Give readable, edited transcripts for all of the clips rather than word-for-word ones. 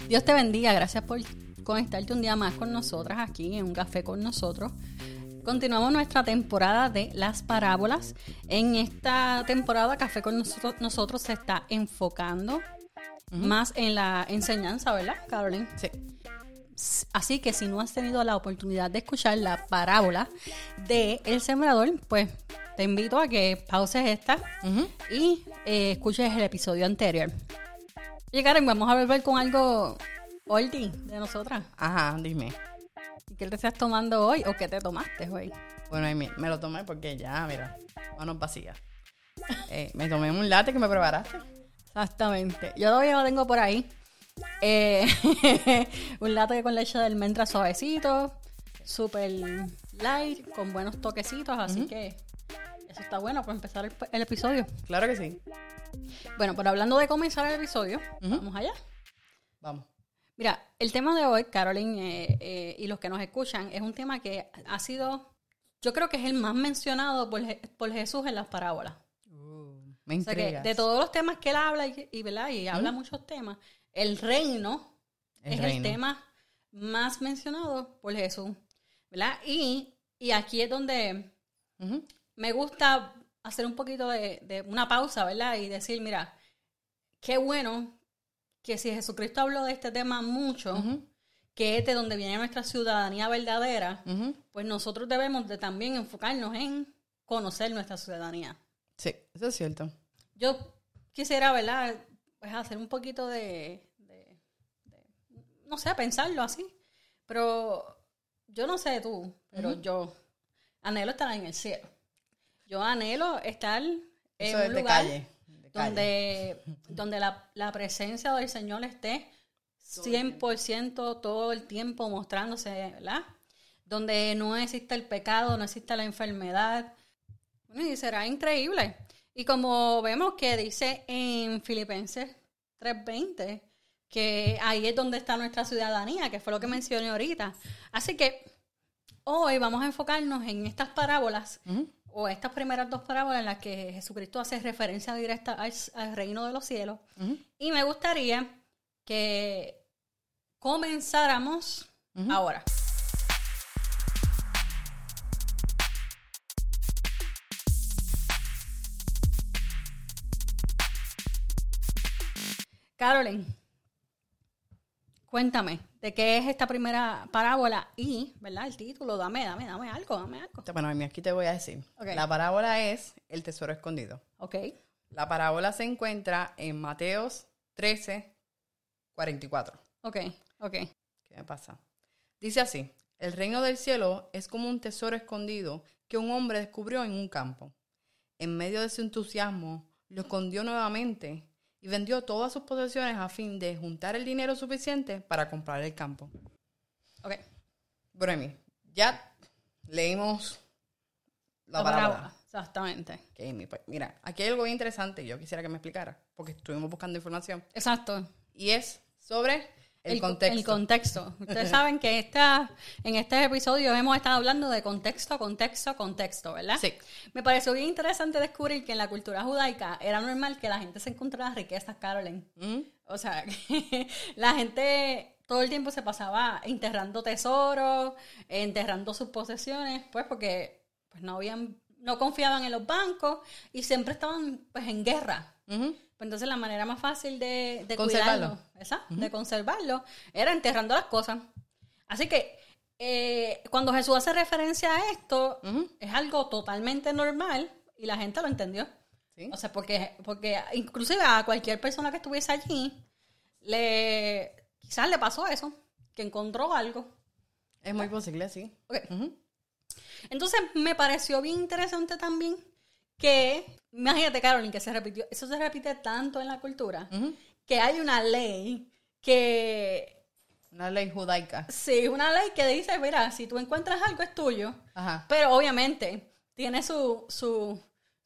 Dios te bendiga, gracias por conectarte un día más con nosotras aquí en Un Café con Nosotros. Continuamos nuestra temporada de las parábolas. En esta temporada Café con Nosotros se está enfocando más en la enseñanza, ¿verdad, Carolyn? Sí. Así que si no has tenido la oportunidad de escuchar la parábola de El Sembrador, pues te invito a que pauses esta y escuches el episodio anterior. Oye, Karen, vamos a volver con algo oldie de nosotras. Ajá, dime. ¿Y qué te estás tomando hoy o qué te tomaste hoy? Bueno, me lo tomé porque ya, mira, manos vacías. Me tomé un latte que me preparaste. Exactamente. Yo todavía lo tengo por ahí. Un latte con leche de almendra suavecito, super light, con buenos toquecitos, así que eso está bueno para empezar el episodio. Claro que sí. Bueno, pero hablando de comenzar el episodio, vamos allá. Vamos. Mira, el tema de hoy, Carolyn, y los que nos escuchan, es un tema que ha sido, yo creo que es el más mencionado por Jesús en las parábolas. Me intrigas. O sea que de todos los temas que él habla ¿verdad? Y habla muchos temas, el reino es el tema más mencionado por Jesús, ¿verdad? Y aquí es donde me gusta hacer un poquito de una pausa, ¿verdad? Y decir, mira, qué bueno que si Jesucristo habló de este tema mucho, que es de donde viene nuestra ciudadanía verdadera, pues nosotros debemos de también enfocarnos en conocer nuestra ciudadanía. Sí, eso es cierto. Yo quisiera, ¿verdad? Pues hacer un poquito de no sé, pensarlo así. Pero yo no sé tú, pero yo anhelo estar en el cielo. Yo anhelo estar en un lugar donde la presencia del Señor esté 100% todo el tiempo mostrándose, ¿verdad? Donde no exista el pecado, no exista la enfermedad. Y será increíble. Y como vemos que dice en Filipenses 3:20, que ahí es donde está nuestra ciudadanía, que fue lo que mencioné ahorita. Así que hoy vamos a enfocarnos en estas parábolas, o estas primeras dos parábolas en las que Jesucristo hace referencia directa al reino de los cielos. Y me gustaría que comenzáramos ahora. Carolyn, cuéntame, ¿de qué es esta primera parábola? Y, ¿verdad? El título, dame algo. Bueno, aquí te voy a decir. Okay. La parábola es el tesoro escondido. Ok. La parábola se encuentra en Mateos 13:44. Ok. ¿Qué me pasa? Dice así: el reino del cielo es como un tesoro escondido que un hombre descubrió en un campo. En medio de su entusiasmo, lo escondió nuevamente y vendió todas sus posesiones a fin de juntar el dinero suficiente para comprar el campo. Ok. Bueno, ya leímos la parábola. Exactamente. Okay, pues, mira, aquí hay algo bien interesante. Yo quisiera que me explicara, porque estuvimos buscando información. Exacto. Y es sobre el contexto. El contexto. Ustedes saben que en este episodio hemos estado hablando de contexto, ¿verdad? Sí. Me pareció bien interesante descubrir que en la cultura judaica era normal que la gente se encontrara riquezas, Carolyn. O sea, que la gente todo el tiempo se pasaba enterrando tesoros, enterrando sus posesiones, pues porque pues no confiaban en los bancos y siempre estaban pues en guerra. Pues entonces la manera más fácil de cuidarlo, de conservarlo, era enterrando las cosas. Así que cuando Jesús hace referencia a esto, es algo totalmente normal y la gente lo entendió. ¿Sí? O sea, porque inclusive a cualquier persona que estuviese allí, quizás le pasó eso, que encontró algo. Es muy posible, sí. Okay. Entonces me pareció bien interesante también que, imagínate, Carolyn, que eso se repite tanto en la cultura, que hay una ley que... Una ley judaica. Sí, una ley que dice, mira, si tú encuentras algo es tuyo, pero obviamente tiene su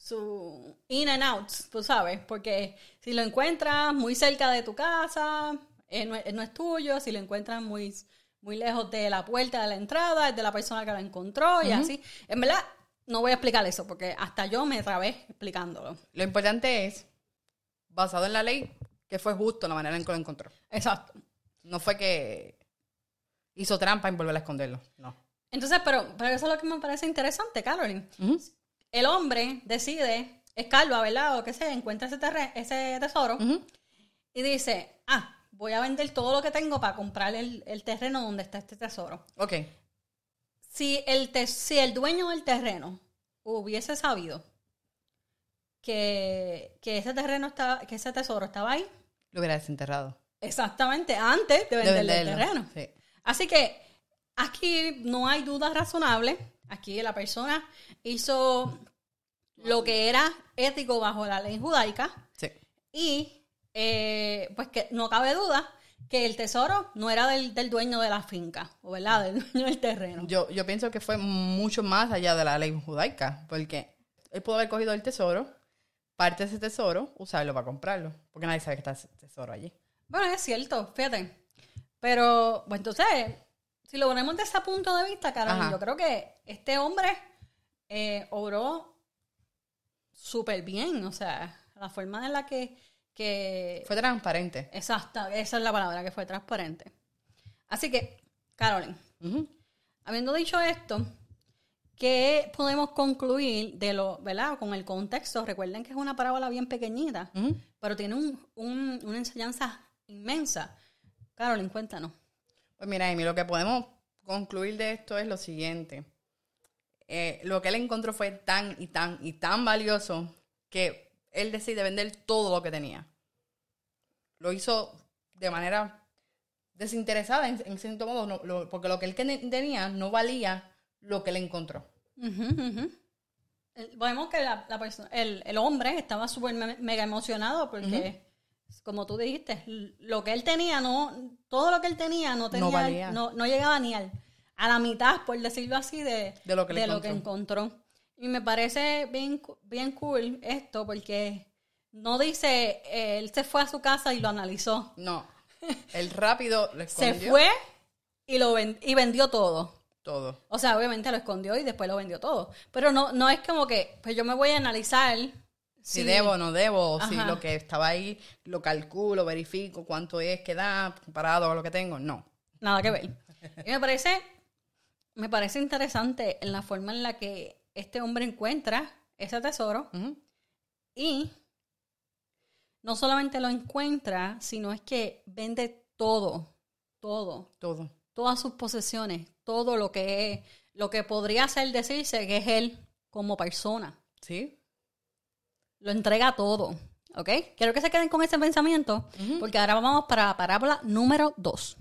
in and out, tú sabes, porque si lo encuentras muy cerca de tu casa, no es tuyo, si lo encuentras muy lejos de la puerta de la entrada, es de la persona que lo encontró y así. En verdad, no voy a explicar eso porque hasta yo me trabé explicándolo. Lo importante es, basado en la ley, que fue justo la manera en que lo encontró. Exacto. No fue que hizo trampa en volver a esconderlo, no. Entonces, pero eso es lo que me parece interesante, Caroline. El hombre decide, escarba, ¿verdad? O qué sé, encuentra ese tesoro y dice, voy a vender todo lo que tengo para comprar el terreno donde está este tesoro. Ok. Si el dueño del terreno hubiese sabido que ese tesoro estaba ahí, lo hubiera desenterrado. Exactamente, antes de venderle el terreno. Sí. Así que aquí no hay dudas razonables. Aquí la persona hizo lo que era ético bajo la ley judaica. Sí. Y pues que no cabe duda que el tesoro no era del dueño de la finca, o ¿verdad? Del dueño del terreno. Yo pienso que fue mucho más allá de la ley judaica, porque él pudo haber cogido el tesoro, parte de ese tesoro, usarlo para comprarlo, porque nadie sabe que está ese tesoro allí. Bueno, es cierto, fíjate. Pero, pues entonces, si lo ponemos desde ese punto de vista, Carolina, yo creo que este hombre obró súper bien. O sea, la forma en la que fue transparente. Exacto, esa es la palabra, que fue transparente. Así que, Caroline, habiendo dicho esto, ¿qué podemos concluir de ¿verdad? Con el contexto? Recuerden que es una parábola bien pequeñita, pero tiene una enseñanza inmensa. Caroline, cuéntanos. Pues mira, Amy, lo que podemos concluir de esto es lo siguiente. Lo que él encontró fue tan valioso que él decide vender todo lo que tenía. Lo hizo de manera desinteresada, en cierto modo, porque lo que él tenía no valía lo que él encontró. Vemos que el hombre estaba súper mega emocionado porque, como tú dijiste, lo que él tenía, todo lo que él tenía no valía. No llegaba ni a la mitad, por decirlo así, de lo que encontró. Y me parece bien cool esto, porque no dice, él se fue a su casa y lo analizó. No, él rápido lo escondió. Se fue y vendió todo. Todo. O sea, obviamente lo escondió y después lo vendió todo. Pero no es como que, pues yo me voy a analizar si debo o no debo, si lo que estaba ahí lo calculo, verifico cuánto es que da comparado a lo que tengo. No. Nada que ver. Y me parece interesante en la forma en la que este hombre encuentra ese tesoro y no solamente lo encuentra, sino es que vende todo. Todas sus posesiones, todo lo que podría ser decirse que es él como persona. Sí. Lo entrega todo, ¿ok? Quiero que se queden con ese pensamiento, porque ahora vamos para la parábola número 2.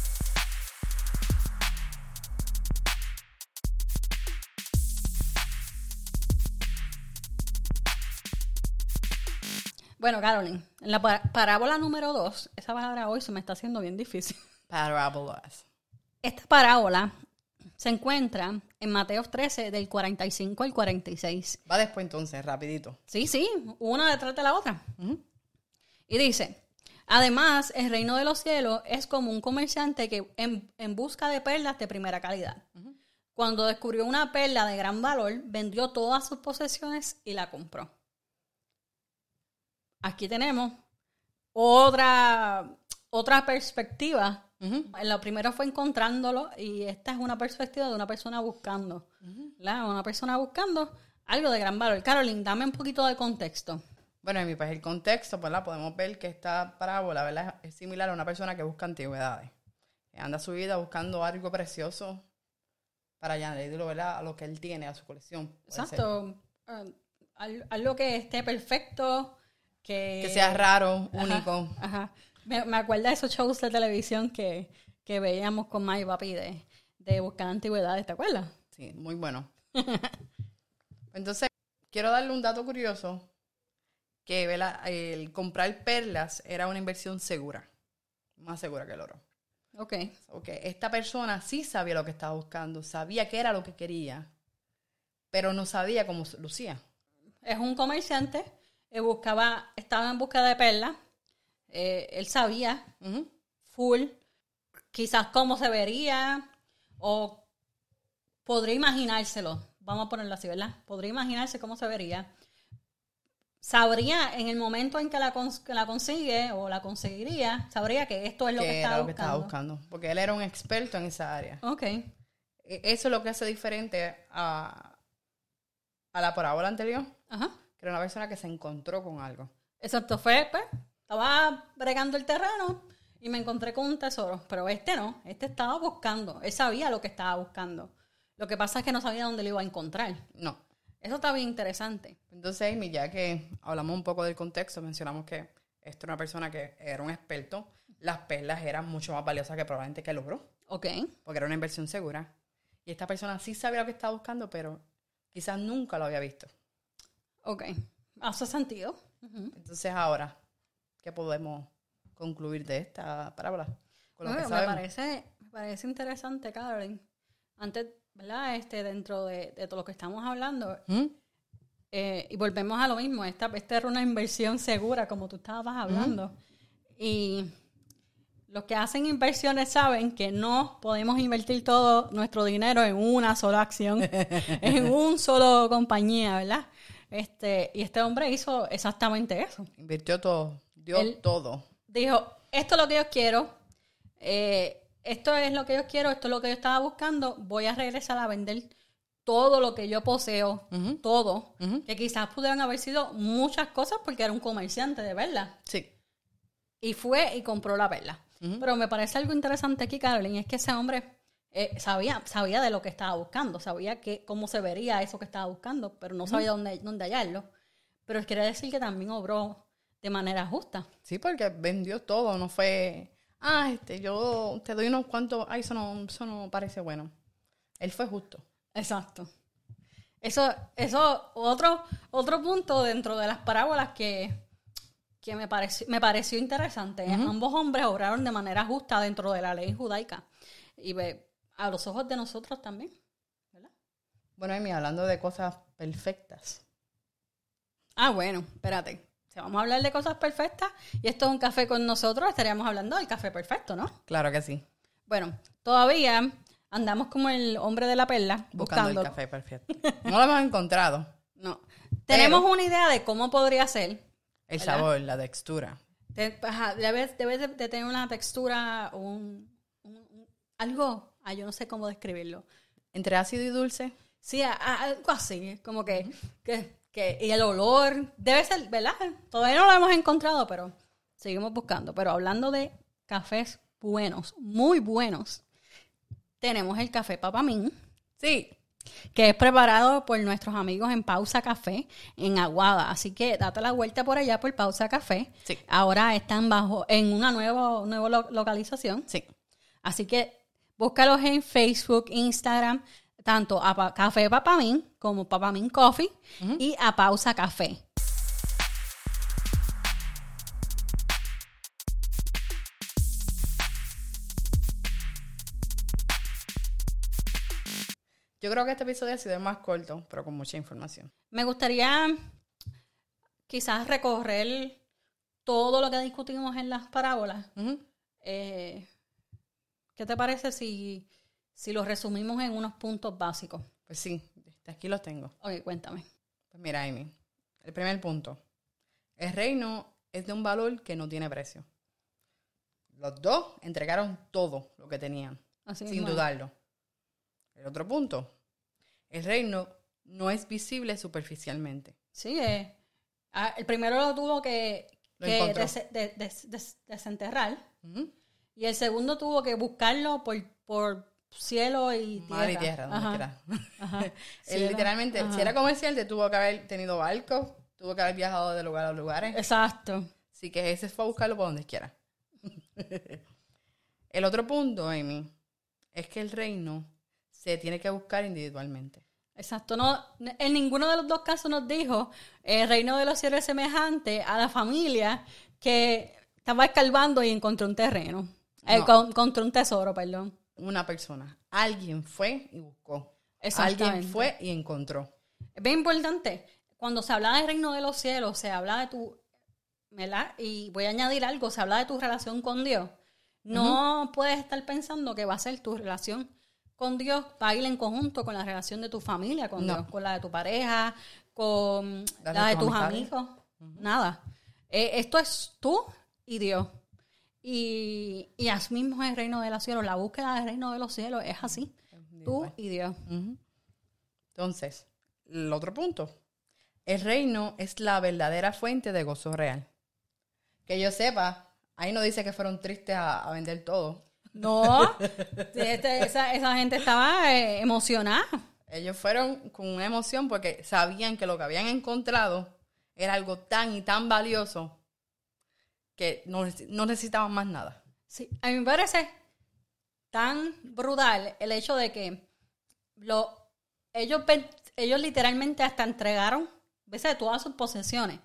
Bueno, Caroline, en la parábola número 2, esa palabra hoy se me está haciendo bien difícil. Parábolas. Esta parábola se encuentra en Mateo 13, del 45 al 46. Va después entonces, rapidito. Sí, una detrás de la otra. Y dice, además, el reino de los cielos es como un comerciante que en busca de perlas de primera calidad. Cuando descubrió una perla de gran valor, vendió todas sus posesiones y la compró. Aquí tenemos otra perspectiva. Lo primero fue encontrándolo y esta es una perspectiva de una persona buscando. Una persona buscando algo de gran valor. Caroline, dame un poquito de contexto. Bueno, en mi país el contexto, ¿verdad? Podemos ver que esta parábola, ¿verdad? Es similar a una persona que busca antigüedades. Que anda su vida buscando algo precioso para añadirlo, ¿verdad? A lo que él tiene, a su colección. Exacto. Algo que esté perfecto. Que sea raro, único. Me acuerdo de esos shows de televisión que veíamos con Mike y Papi de buscar antigüedades, ¿te acuerdas? Sí, muy bueno. Entonces, quiero darle un dato curioso, que ¿verdad? El comprar perlas era una inversión segura, más segura que el oro. Ok. Esta persona sí sabía lo que estaba buscando, sabía qué era lo que quería, pero no sabía cómo lucía. Es un comerciante. Estaba en busca de perlas. Él sabía full, quizás cómo se vería, o podría imaginárselo. Vamos a ponerlo así, ¿verdad? Podría imaginarse cómo se vería. sabría en el momento en que la consigue o la conseguiría, sabría que esto es lo que estaba buscando. Porque él era un experto en esa área. Ok. Eso es lo que hace diferente a la parábola anterior. Ajá. Que era una persona que se encontró con algo. Exacto, estaba bregando el terreno y me encontré con un tesoro. Pero no, estaba buscando. Él sabía lo que estaba buscando. Lo que pasa es que no sabía dónde lo iba a encontrar. No. Eso está bien interesante. Entonces, Amy, ya que hablamos un poco del contexto, mencionamos que esto era una persona que era un experto. Las perlas eran mucho más valiosas que probablemente que el oro. Ok. Porque era una inversión segura. Y esta persona sí sabía lo que estaba buscando, pero quizás nunca lo había visto. Ok. Hace sentido. Uh-huh. Entonces, ahora, ¿qué podemos concluir de esta parábola? Con lo que sabemos. Me parece interesante, Carolyn. Antes, ¿verdad? Dentro de todo lo que estamos hablando, y volvemos a lo mismo. Esta era una inversión segura, como tú estabas hablando. Y los que hacen inversiones saben que no podemos invertir todo nuestro dinero en una sola acción, en un solo compañía, ¿verdad? Y este hombre hizo exactamente eso. Invirtió todo, dio todo. Dijo, esto es lo que yo quiero, esto es lo que yo quiero, esto es lo que yo estaba buscando, voy a regresar a vender todo lo que yo poseo, todo, que quizás pudieran haber sido muchas cosas porque era un comerciante de perlas. Sí. Y fue y compró la perla. Pero me parece algo interesante aquí, Carolyn, es que ese hombre sabía de lo que estaba buscando, sabía cómo se vería eso que estaba buscando, pero no sabía dónde hallarlo. Pero quiere decir que también obró de manera justa. Sí, porque vendió todo, no fue, yo te doy unos cuantos, eso no parece bueno. Él fue justo. Exacto. Eso otro punto dentro de las parábolas que me pareció interesante. Ambos hombres obraron de manera justa dentro de la ley judaica. Y a los ojos de nosotros también, ¿verdad? Bueno, Amy, hablando de cosas perfectas. Bueno, espérate. Si vamos a hablar de cosas perfectas y esto es un café con nosotros, estaríamos hablando del café perfecto, ¿no? Claro que sí. Bueno, todavía andamos como el hombre de la perla buscando el café perfecto. No lo hemos encontrado. No. Tenemos una idea de cómo podría ser. El sabor, la textura. Debes de tener una textura, algo, yo no sé cómo describirlo. ¿Entre ácido y dulce? Sí, algo así, como que y el olor, debe ser, ¿verdad? Todavía no lo hemos encontrado, pero seguimos buscando. Pero hablando de cafés buenos, muy buenos, tenemos el café Papamín. Sí. Que es preparado por nuestros amigos en Pausa Café en Aguada. Así que date la vuelta por allá por Pausa Café. Sí. Ahora están en una nueva localización. Sí. Así que búscalos en Facebook, Instagram, tanto a Café Papamín como Papamín Coffee y a Pausa Café. Yo creo que este episodio ha sido más corto, pero con mucha información. Me gustaría quizás recorrer todo lo que discutimos en las parábolas. ¿Qué te parece si lo resumimos en unos puntos básicos? Pues sí, aquí los tengo. Ok, cuéntame. Pues mira, Amy, el primer punto. El reino es de un valor que no tiene precio. Los dos entregaron todo lo que tenían, sin dudarlo. El otro punto. El reino no es visible superficialmente. Sí, el primero lo tuvo que desenterrar. Y el segundo tuvo que buscarlo por cielo y tierra. Mar y tierra, donde quiera. Él literalmente, si era comerciante, tuvo que haber tenido barcos, tuvo que haber viajado de lugar a lugares. Exacto. Así que ese fue a buscarlo por donde quiera. El otro punto, Amy, es que el reino se tiene que buscar individualmente. Exacto. No, en ninguno de los dos casos nos dijo el reino de los cielos es semejante a la familia que estaba escarbando y encontró un terreno. Encontró un tesoro, perdón. Una persona. Alguien fue y buscó. Exactamente. Alguien fue y encontró. Es bien importante. Cuando se habla del reino de los cielos, se habla de tu... ¿verdad? Y voy a añadir algo. Se habla de tu relación con Dios. No puedes estar pensando que va a ser tu relación con Dios, va a ir en conjunto con la relación de tu familia con Dios, con la de tu pareja, con la de tus amigos. Nada. Esto es tú y Dios. Y así mismo es el reino de los cielos. La búsqueda del reino de los cielos es así. Tú y Dios. Entonces, el otro punto. El reino es la verdadera fuente de gozo real. Que yo sepa, ahí no dice que fueron tristes a vender todo. No, esa gente estaba emocionada. Ellos fueron con una emoción porque sabían que lo que habían encontrado era algo tan y tan valioso que no necesitaban más nada. Sí, a mí me parece tan brutal el hecho de que ellos literalmente hasta entregaron de todas sus posesiones.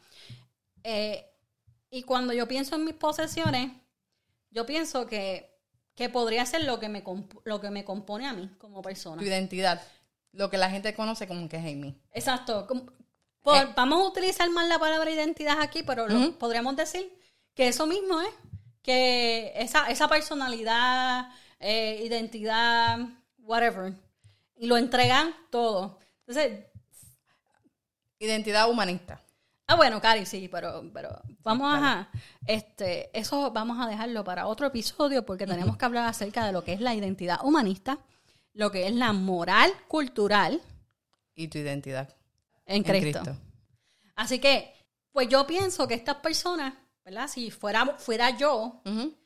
Y cuando yo pienso en mis posesiones, yo pienso que podría ser lo que me compone a mí como persona. Tu identidad, lo que la gente conoce como que es Amy. Exacto. Vamos a utilizar más la palabra identidad aquí, pero podríamos decir que eso mismo es, que esa personalidad, identidad, whatever, y lo entregan todo. Entonces, identidad humanista. Bueno, Cari, sí, pero vamos eso vamos a dejarlo para otro episodio porque tenemos que hablar acerca de lo que es la identidad humanista, lo que es la moral cultural. Y tu identidad. En Cristo. Así que, pues yo pienso que estas personas, ¿verdad? Si fuera yo,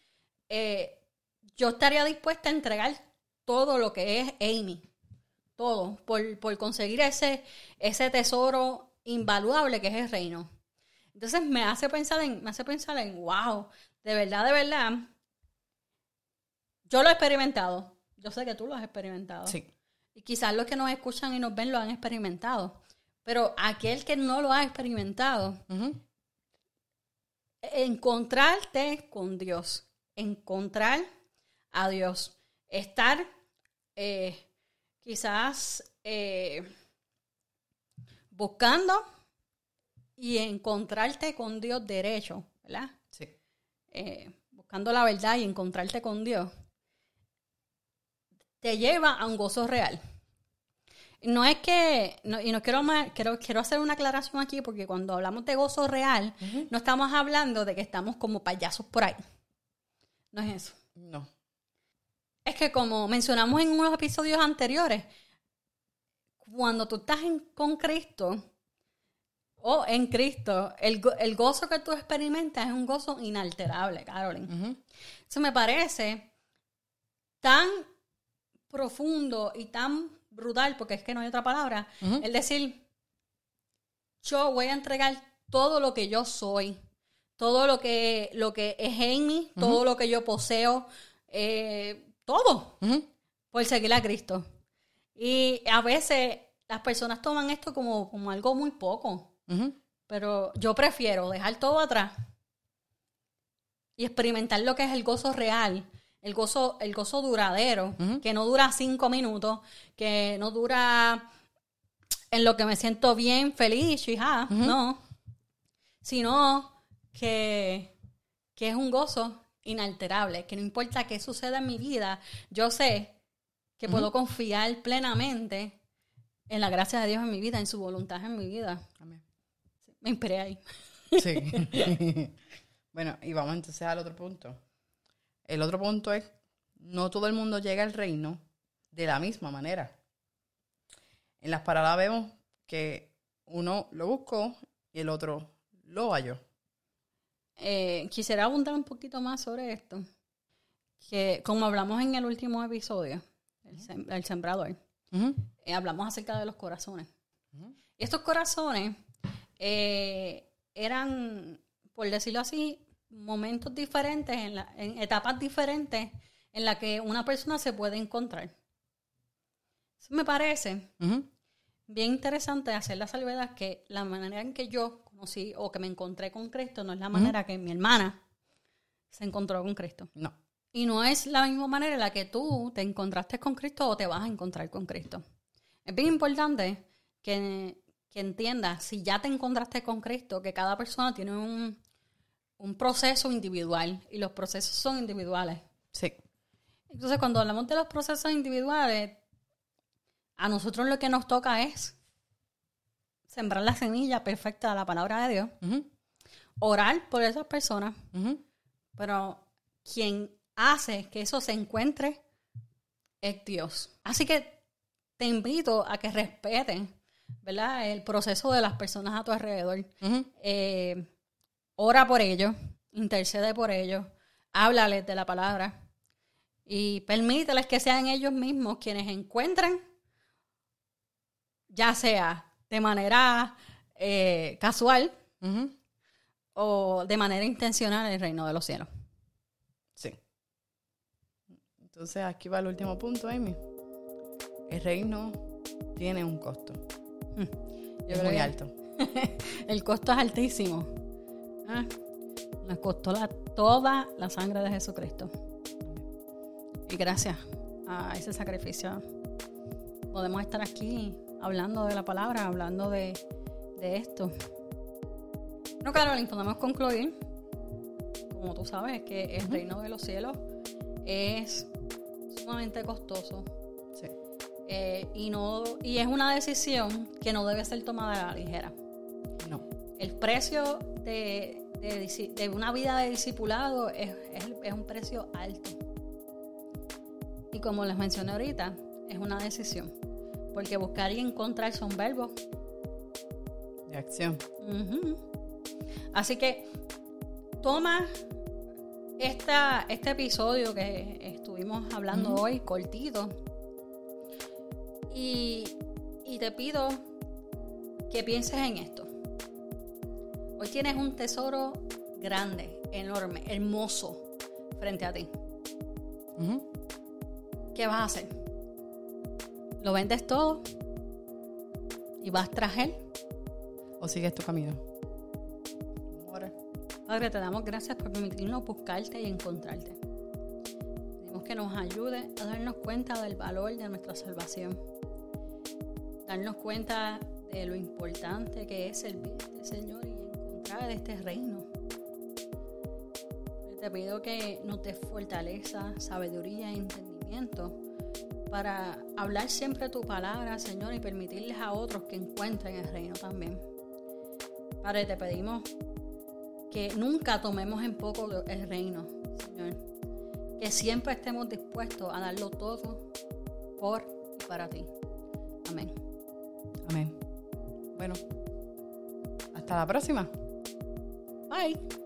yo estaría dispuesta a entregar todo lo que es Amy. Todo. Por conseguir ese tesoro invaluable que es el reino. Entonces me hace pensar en wow, de verdad, yo lo he experimentado. Yo sé que tú lo has experimentado. Sí. Y quizás los que nos escuchan y nos ven lo han experimentado. Pero aquel que no lo ha experimentado, encontrarte con Dios, encontrar a Dios, estar quizás buscando y encontrarte con Dios derecho, ¿verdad? Sí. Buscando la verdad y encontrarte con Dios, te lleva a un gozo real. No es que, quiero hacer una aclaración aquí, porque cuando hablamos de gozo real, no estamos hablando de que estamos como payasos por ahí. No es eso. No. Es que como mencionamos en unos episodios anteriores, cuando tú estás con Cristo o en Cristo, el gozo que tú experimentas es un gozo inalterable, Carolyn. Eso me parece tan profundo y tan brutal, porque es que no hay otra palabra, es decir, yo voy a entregar todo lo que yo soy, todo lo que es en mí, todo lo que yo poseo, todo, por seguir a Cristo. Y a veces las personas toman esto como algo muy poco, pero yo prefiero dejar todo atrás y experimentar lo que es el gozo real, el gozo duradero, que no dura 5 minutos, que no dura en lo que me siento bien, feliz, no, sino que es un gozo inalterable, que no importa qué suceda en mi vida, yo sé que puedo confiar plenamente en la gracia de Dios en mi vida, en su voluntad en mi vida. Amén. Me inspiré ahí. Sí. Bueno, y vamos entonces al otro punto. El otro punto es, no todo el mundo llega al reino de la misma manera. En las paradas vemos que uno lo buscó y el otro lo halló. Quisiera abundar un poquito más sobre esto. Que como hablamos en el último episodio, el sembrador, hablamos acerca de los corazones. Y estos corazones eran, por decirlo así, momentos diferentes, en etapas diferentes en las que una persona se puede encontrar. Eso me parece bien interesante hacer la salvedad que la manera en que yo conocí o que me encontré con Cristo no es la manera que mi hermana se encontró con Cristo. No. Y no es la misma manera en la que tú te encontraste con Cristo o te vas a encontrar con Cristo. Es bien importante que entiendas, si ya te encontraste con Cristo, que cada persona tiene un proceso individual y los procesos son individuales. Sí. Entonces, cuando hablamos de los procesos individuales, a nosotros lo que nos toca es sembrar la semilla perfecta de la palabra de Dios orar por esas personas, pero quien hace que eso se encuentre es Dios. Así que te invito a que respeten, ¿verdad?, el proceso de las personas a tu alrededor. Ora por ellos, intercede por ellos, háblales de la palabra y permíteles que sean ellos mismos quienes encuentren, ya sea de manera casual o de manera intencional, el reino de los cielos. Sí. Entonces aquí va el último punto, Amy. El reino tiene un costo. Es muy alto. El costo es altísimo. Nos costó toda la sangre de Jesucristo. Y gracias a ese sacrificio podemos estar aquí hablando de la palabra, hablando de esto. No, Carolyn, podemos concluir, como tú sabes, que el reino de los cielos es sumamente costoso. Sí. Y es una decisión que no debe ser tomada a la ligera. No. El precio de una vida de discipulado es un precio alto. Y como les mencioné ahorita, es una decisión. Porque buscar y encontrar son verbos de acción. Así que toma este episodio que estuvimos hablando hoy, cortito, y te pido que pienses en esto. Hoy tienes un tesoro grande, enorme, hermoso frente a ti. ¿Qué vas a hacer? ¿Lo vendes todo y vas tras él? ¿O sigues tu camino? Padre, te damos gracias por permitirnos buscarte y encontrarte. Pedimos que nos ayude a darnos cuenta del valor de nuestra salvación. Darnos cuenta de lo importante que es servirte, Señor, y encontrar este reino. Te pido que nos des fortaleza, sabiduría e entendimiento para hablar siempre tu palabra, Señor, y permitirles a otros que encuentren el reino también. Padre, te pedimos que nunca tomemos en poco el reino, Señor. Que siempre estemos dispuestos a darlo todo por y para ti. Amén. Amén. Bueno, hasta la próxima. Bye.